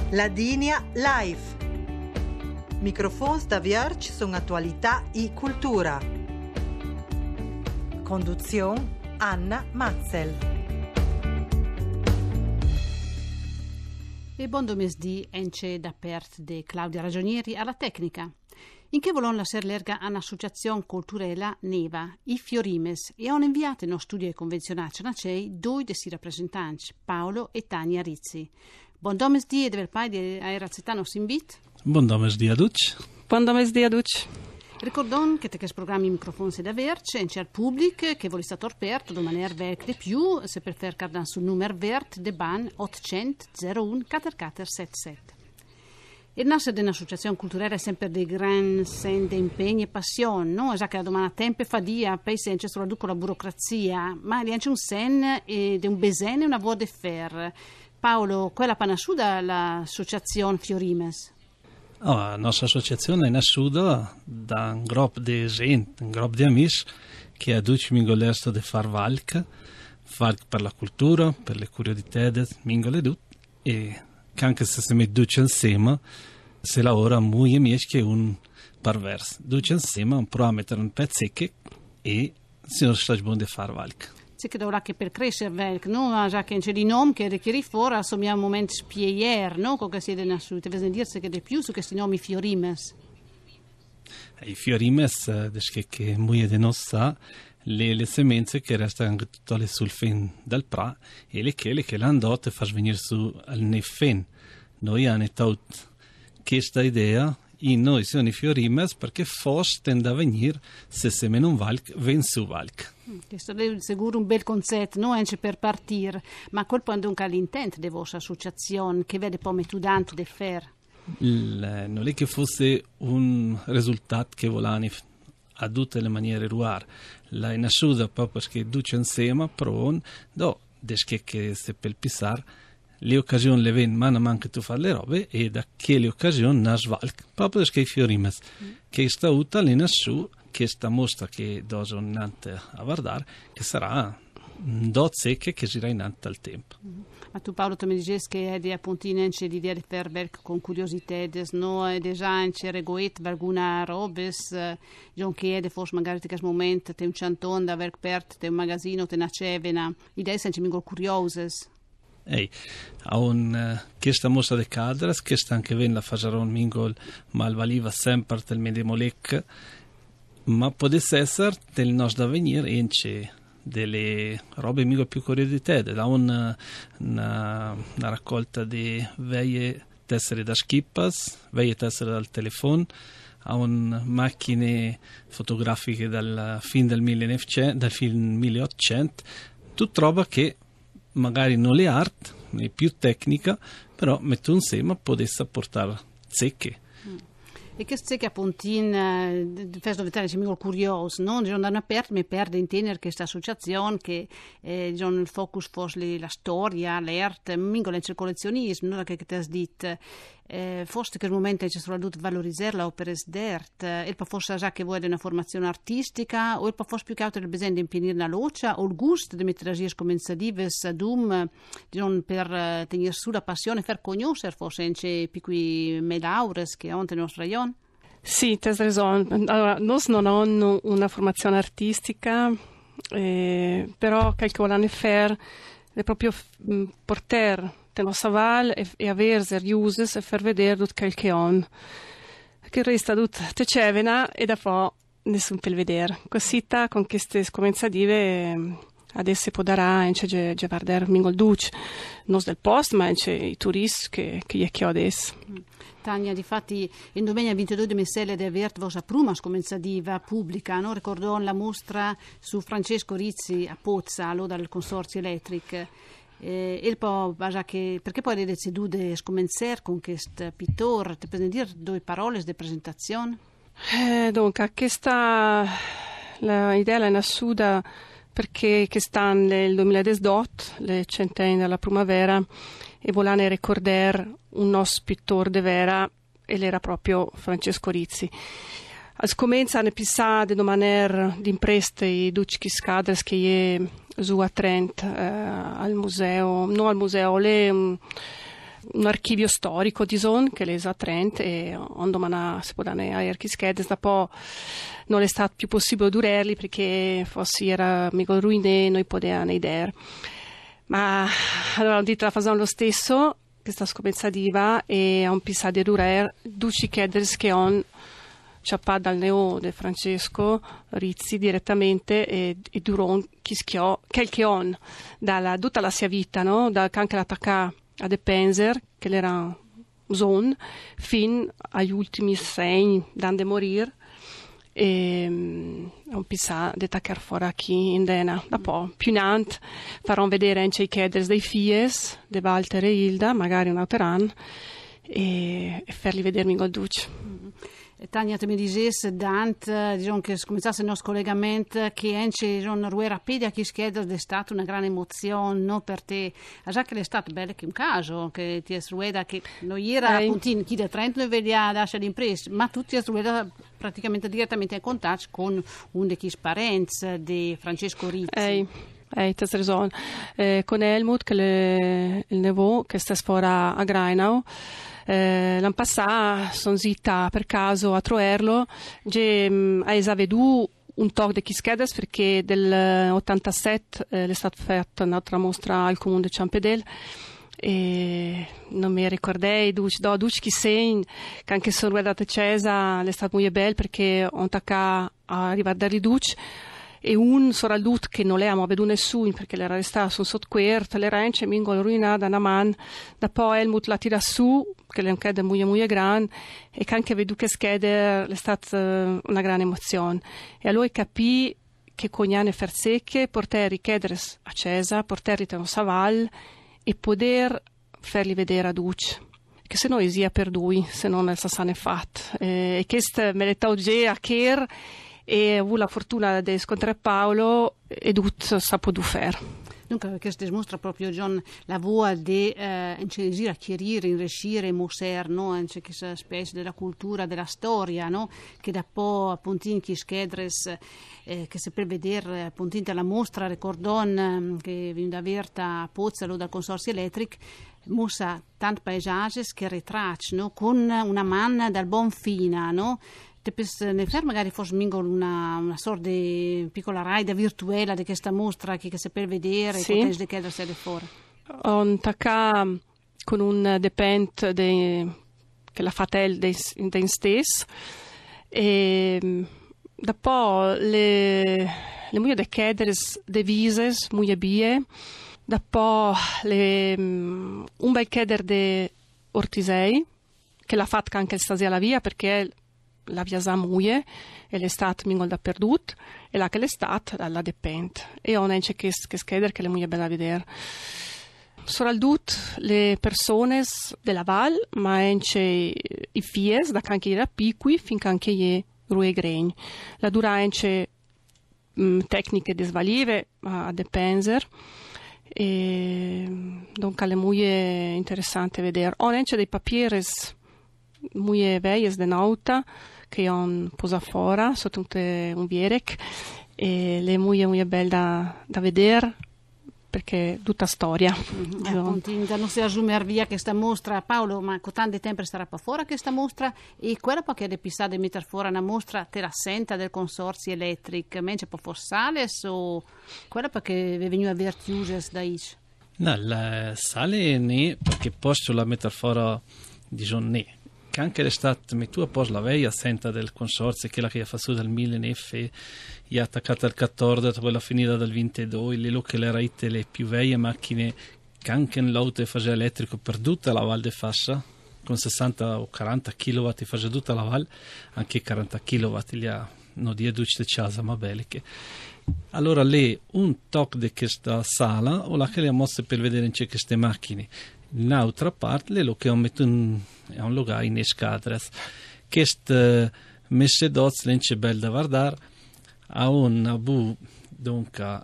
Ladinia Live. Microfons da Vierge sono attualità e cultura. Conduzione Anna Mazzel. E buon domesdì ence da pert de Claudia Ragionieri alla tecnica. In che volon la ser lerga un'associazione culturella Neva, i Fiorimes, e hanno inviato in uno studio convenzionato nacei due dei rappresentanti, Paolo e Tania Rizzi. Buon domesdì e del pai di Aerazzetano Simbit. Buon domesdì a tutti. Buon domesdì a tutti. Ricordon che questo programma i microfoni si da verce, in c'è il pubblico che vuole stato aperto da maniera vecchia di più, se per far cardare sul numero verde de ban 800 01 4477. Il nascere di un'associazione culturale è sempre di gran sen di impegno e passione, no? Esatto, che la domanda tempo fa dia, poi se c'è solo la burocrazia, ma lì c'è un sen di un besene e una voie de fer. Paolo, quella panasciuda l'associazione Fiorimes? La nostra associazione è nascuta da un gruppo di gente, un gruppo di amici che ha detto mingolesta di far valc per la cultura, per le curiosità, mingole tutte, e che anche se si mette tutti insieme, si lavora molto amici che un perverso. Tutti insieme un po' a mettere un pezzetto e si non sta buono di far valc. Sì, che dovrà che per crescere velc, no? Già che c'è di nome che richiede fuori, assommiamo un momento spieier, no? Come si è nasciuto, bisogna dirsi che di più su questi nomi Fiorimes. I Fiorimes, che molti di noi sa, le semenze che restano tutte sul fin del pra e le che l'hanno dato e fanno venire su al nefen. Noi hanno avuto questa idea e noi siamo i Fiorimes perché forse tende a venire se semena un valc, ven su valc. Questo è sicuro un bel concetto, no? Anche per partire, ma quel punto dunque all'intento della vostra associazione che vede poi metudante di fer. Non è che fosse un risultato che volani a tutte le maniere ruar. La è nasciuta proprio perché duce insieme però che se per pisar le occasioni le ven man a man che tu fai le robe e da che le occasioni nas valc proprio perché i Fiorimes che sta uta le nasciu che sta mostra che doso innanti a guardare che sarà un dot secche che gira innanti al tempo. Ma tu Paolo tu mi dici che è di appuntine c'è l'idea di fare con curiosità no e già c'è regoet alguna robes John che è forse magari in questo momento te un chanton da aver aperto te un magazzino te una cevena idee sempre mingol curioses. A questa mostra di cadras che sta anche ven la fasaron mingol ma il valiva sempre del medesimo lec ma potesse essere del nostro avvenire e c'è delle robe mica più curiosità da una raccolta di vecchie tessere da skippas, vecchie tessere dal telefono a macchine fotografiche dal film del 1900, dal film 1800, tutta roba che magari non è arte, è più tecnica, però metto insieme potesse portare secche. E che c'è che appunto in festa dove c'è molto curioso, no? Non hanno aperto, mi perde in tenere questa associazione che il focus fosse la storia, l'arte, mingola il collezionismo, no? Che ti hai detto, forse che il momento c'è solo dovuto valorizzare l'opera d'arte, e poi forse già che vuoi una formazione artistica, o poi forse più che altro il bisogno di impedire una loccia, o il gusto di mettere a come dives ad per tenere su la passione, per conoscere forse anche piccoli medaures che hanno nel nostro rayon. Sì, hai ragione. Allora, noi non abbiamo una formazione artistica, però quel che vogliamo fare è proprio portare la nostra val e avere gli usi e far vedere tutto quel che hanno. Che resta tutto te cevena e dopo nessuno per vedere. Così con queste scomenzative adesso può dare anche a guardare mingol duce, non del posto, ma anche i turisti che gli ho adesso. Tania, difatti, in domenica 22 di messelle di avere vostra prima scomenzativa pubblica, no? Ricordò la mostra su Francesco Rizzi a Pozza, dal Consorzio Elettric. E poi, perché poi avete deciso di scomenzare con questo pittore? Ti puoi dire due parole di presentazione? Dunque, l'idea è nascuta perché quest'anno nel 2018, le cent'anni della primavera, e volevano ricordare un nostro pittore de vera, e l'era proprio Francesco Rizzi. Comincia a pensare di maniera di impreste i duci scadres che è su a Trent al museo, non al museo, un archivio storico di zone che è a Trent e onde si può dare a Erchischedes, dopo non è stato più possibile durarli perché forse era mica ruine noi potevamo idee. Ma allora ho detto la facciamo lo stesso, questa scoperta diva, e ho pensato di durare 12 chieders che ho ciappa dal neo di Francesco Rizzi direttamente e durò qualche on dalla tutta la sua vita, no? Da anche l'attacca a De Penzer che era zone fin agli ultimi 6 d'anni di morire e ho pensato di attaccare fuori qui in Dena. Dopo più in avanti farò vedere anche i chieders dei Fies di Walter e Hilda, magari un altro anno, e farli vedermi col duce. Tania, tu mi dicessi, Dante, diciamo, che cominciasse il nostro collegamento, che anche ruera pedia chi scheda è stata una grande emozione, no, per te. Già che è stato bello che un caso, che ti è rueda, che non era appunto chi da Trento non vediva lasciare l'impresa, ma tu ti è rueda praticamente direttamente in contatto con uno dei parenti di Francesco Rizzi. Hai ragione. Con Helmut, che è il nevò, che sta fuori a Greinau. L'anno passato sono zitta per caso a trovarlo, hai veduto un talk di Chischedes perché del 87 è stata fatta un'altra mostra al comune di Ciampedel e non mi ricordai duci chi segni che anche sono guardate Cesa è stato molto bello perché ho attaccato a riguardare i duci e un sorallut che non le abbiamo veduto nessuno perché l'era restata su sottoquerta, le rence mingo ruinata una man, da poi Helmut la tira su che le è molto grande e che anche vedo che schede è stata una grande emozione e allora capì che cognane fersecche portare chiedere a Cesa, portare a Saval e poter farli vedere a Duce che se no esia per lui se non sa sane fat e questa me l'età oggi a Kier e ho avuto la fortuna di scontrare Paolo e tutto sa potuto fare. Dunque, questo dimostra proprio John la voce di a chiarire, inrescire, mosser, no? Anche questa specie della cultura, della storia, no? Che da po' appunto in Chischedres che si per vedere appunto alla mostra ricordon che viene da Verta a Pozzalo dal Consorzio Elettric mostra tanti paesaggi che ritracciano con una manna dal Bonfina, no? Ne fare magari forse una sorta di piccola raida virtuale di questa mostra che si può vedere sì. E potete di chiedersi di fuori. Ho attaccato con un dipendente che l'ha fatto in stesso e dopo le moglie di chiedere le vise, moglie bie, dopo un bel chiedere di Ortisei che l'ha fatto anche stasera la via perché la via muie e l'estate mingol da perdut e là che l'estate la dipende e ho anche che scheder che le muie bella vedere soraldut le persone della val ma anche i fies da anche era piccoli finché anche gli rue gregni la dura anche tecniche di svalive a De Penzer e dunque le muie interessante vedere ho anche dei papieres muie veies de nauta che ho posato fuori sotto un vierec e le muie belle da vedere perché tutta storia appunto non si assume via questa mostra Paolo ma con tanto tempo starà pa fuori questa mostra e quella poi che è pensata di mettere fuori una mostra te la senta del Consorzio Elettric mentre può fossales o quella perché è venuta a aver chiuse da ici no la sale ne perché posso la mettere fuori di ne che anche l'estate mi tu poi la veia senta del Consorzio quella che ha fatto dal 2009 e ha attaccato al 14 poi la finita dal 22 le che le raite le più veie macchine che anche in l'auto faceva elettrico per tutta la Val de Fassa con 60 o 40 kW faceva tutta la Val anche 40 kW li ha no di educe casa ma belliche allora lì un toc di questa sala o la che le ha mosse per vedere in queste macchine un'altra parte lo che ho messo è un luogo in Escadres queste messe d'oz l'ence bel da guardare a un abu dunque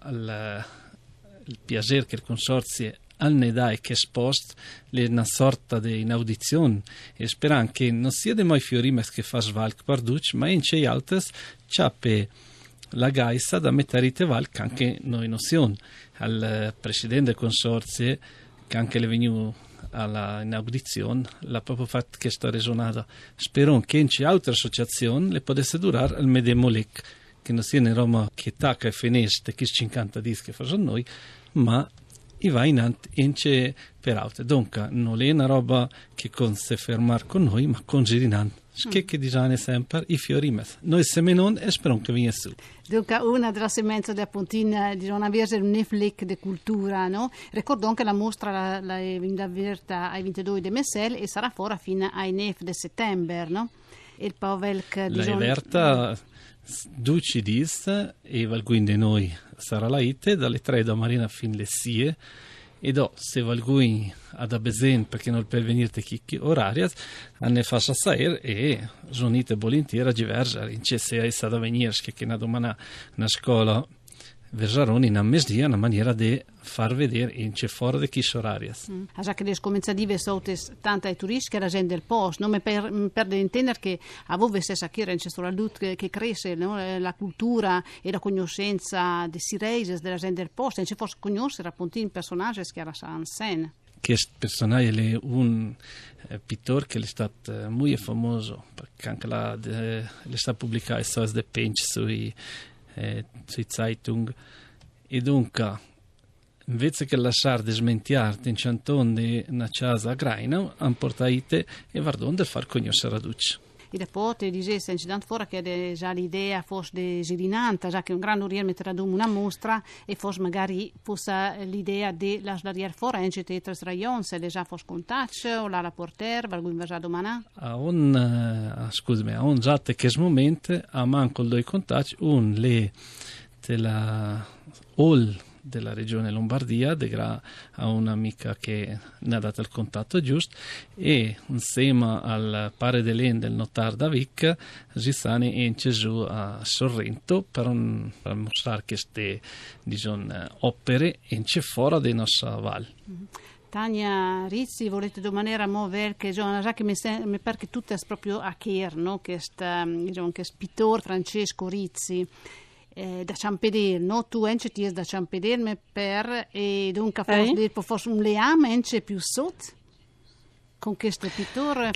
il piacere che il Consorzio al ne dai che espost le una sorta di inaudizione e sperando che non sia dei mai fiorimes che fa svalc parduc ma in c'è altres ciappe la gaissa da mettere valc anche noi non siamo al presidente del Consorzio che anche le veniu alla inaugurazione l'ha proprio fatto questa resonata. Spero che in altre associazioni le potesse durare al medesimo lec, che non sia in Roma che tacca e finestre, che 50 dischi che facciamo noi, ma i va in ance per altre. Dunque, non è una roba che con se fermare con noi, ma con girinante. Che disane sempre i fiori mes. Noi semenon e speriamo che venga su. Dunque, una delle semenze di appuntin di non avere un neflec di cultura, no? Ricordo anche la mostra la aperta ai 22 di Messel e sarà fuori fino ai 9 di settembre, no? Il Pavelk di la aperta 12 dis e alcuni di noi sarà la ite dalle 3 da Marina fin le 6 e se alcuni ad abesen perché non per venirte chicchi orarias ne fa sair e giunite volentieri a diversare in c'è se è stata venire che una domana una scuola Vergeroni in mesdia una maniera di far vedere in c'è fuori di chi orarias. Già che le scominciative sotes tanta ai turisti che la gente del posto, non mi perde intendere che a voi stessa chiara in questo che cresce, no? La cultura e la conoscenza di Sireis della gente del posto, e c'è forse conoscere appunto in personaggi che era in scena. Questo personaggio è un pittore che è stato molto famoso perché anche è stato pubblicato storie di Pench sui Zeitung e dunque invece che lasciare di smentiarti in Canton di una casa a Graina hanno portato e Vardon di far conoscere a tutti. E dopo ti dicesse incident fuori che già l'idea fosse di girinante, già che un grande oriere metterà una mostra e fosse l'idea di lasciare fuori in città tre rayon, se le già fosse contatto o la porter, valgun già domani? A un già che questo momento a manco due contatti, un le della all della regione Lombardia a un'amica che ne ha dato il contatto giusto e insieme al pare dell'en del notar da Vic si stanno in Gesù a Sorrento per mostrare queste opere in c'è fuori della nostra valle. Tania Rizzi, volete domandare a me che già che mi pare che tutto è proprio a Chier, no? Che pittore Francesco Rizzi da Ciampedel, no? Tu ence ti da Ciampedel me per e dunque forse un leame ence più sotto con questo pittore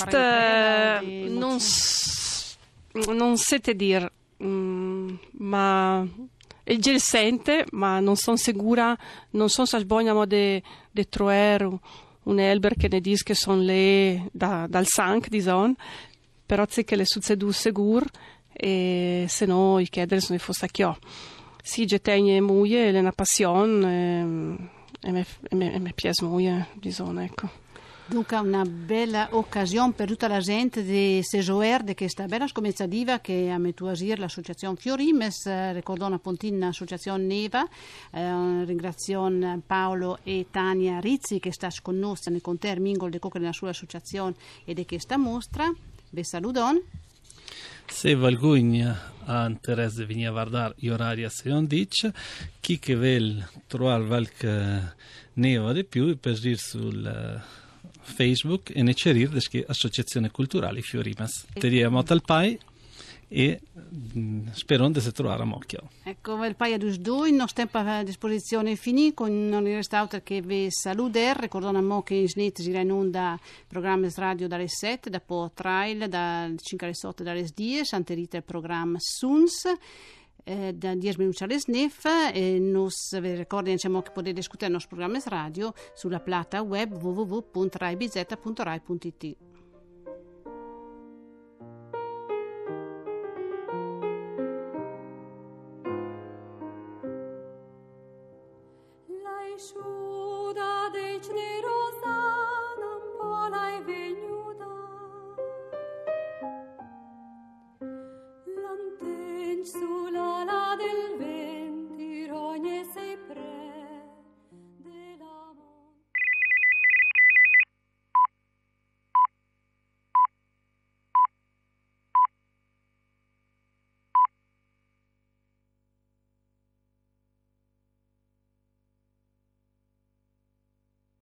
non sete dir ma il gel sente ma non sono sicura non sono sbogna de troer un elber che ne dis che sono le dal sank di zon però c'è che le succedu segur e se no i chiedere se ne fosse chiò si getegne muie è una passione e me piace muie di zona ecco. Dunque una bella occasione per tutta la gente di Sejoer di questa bella scominciativa che ha messo a agire l'associazione Fiorimes, ricordò una pontina associazione Neva, ringrazio Paolo e Tania Rizzi che sta con noi con te Mingol de Coca nella sua associazione e di questa mostra. Vi saludon. Se qualcuno ha interesse di venire a guardare gli orari se non dice, chi che vuole trovare qualche neva di più per dire sul Facebook e ne cerire che associazione culturale Fiorimas. Ti diamo al pai e spero di si trovare a Mocchio. Ecco, il paio di due, il nostro tempo a disposizione è finito, con non resta altro che vi salutare, ricordando che in Snit si in onda programmi radio dalle 7, dopo Trail da 5 alle 8 dalle 10, anterite il programma Suns, da 10 minuti alle 9 e nos vi ricordo diciamo, che potete ascoltare il nostro programma radio sulla plata web www.raibz.rai.it.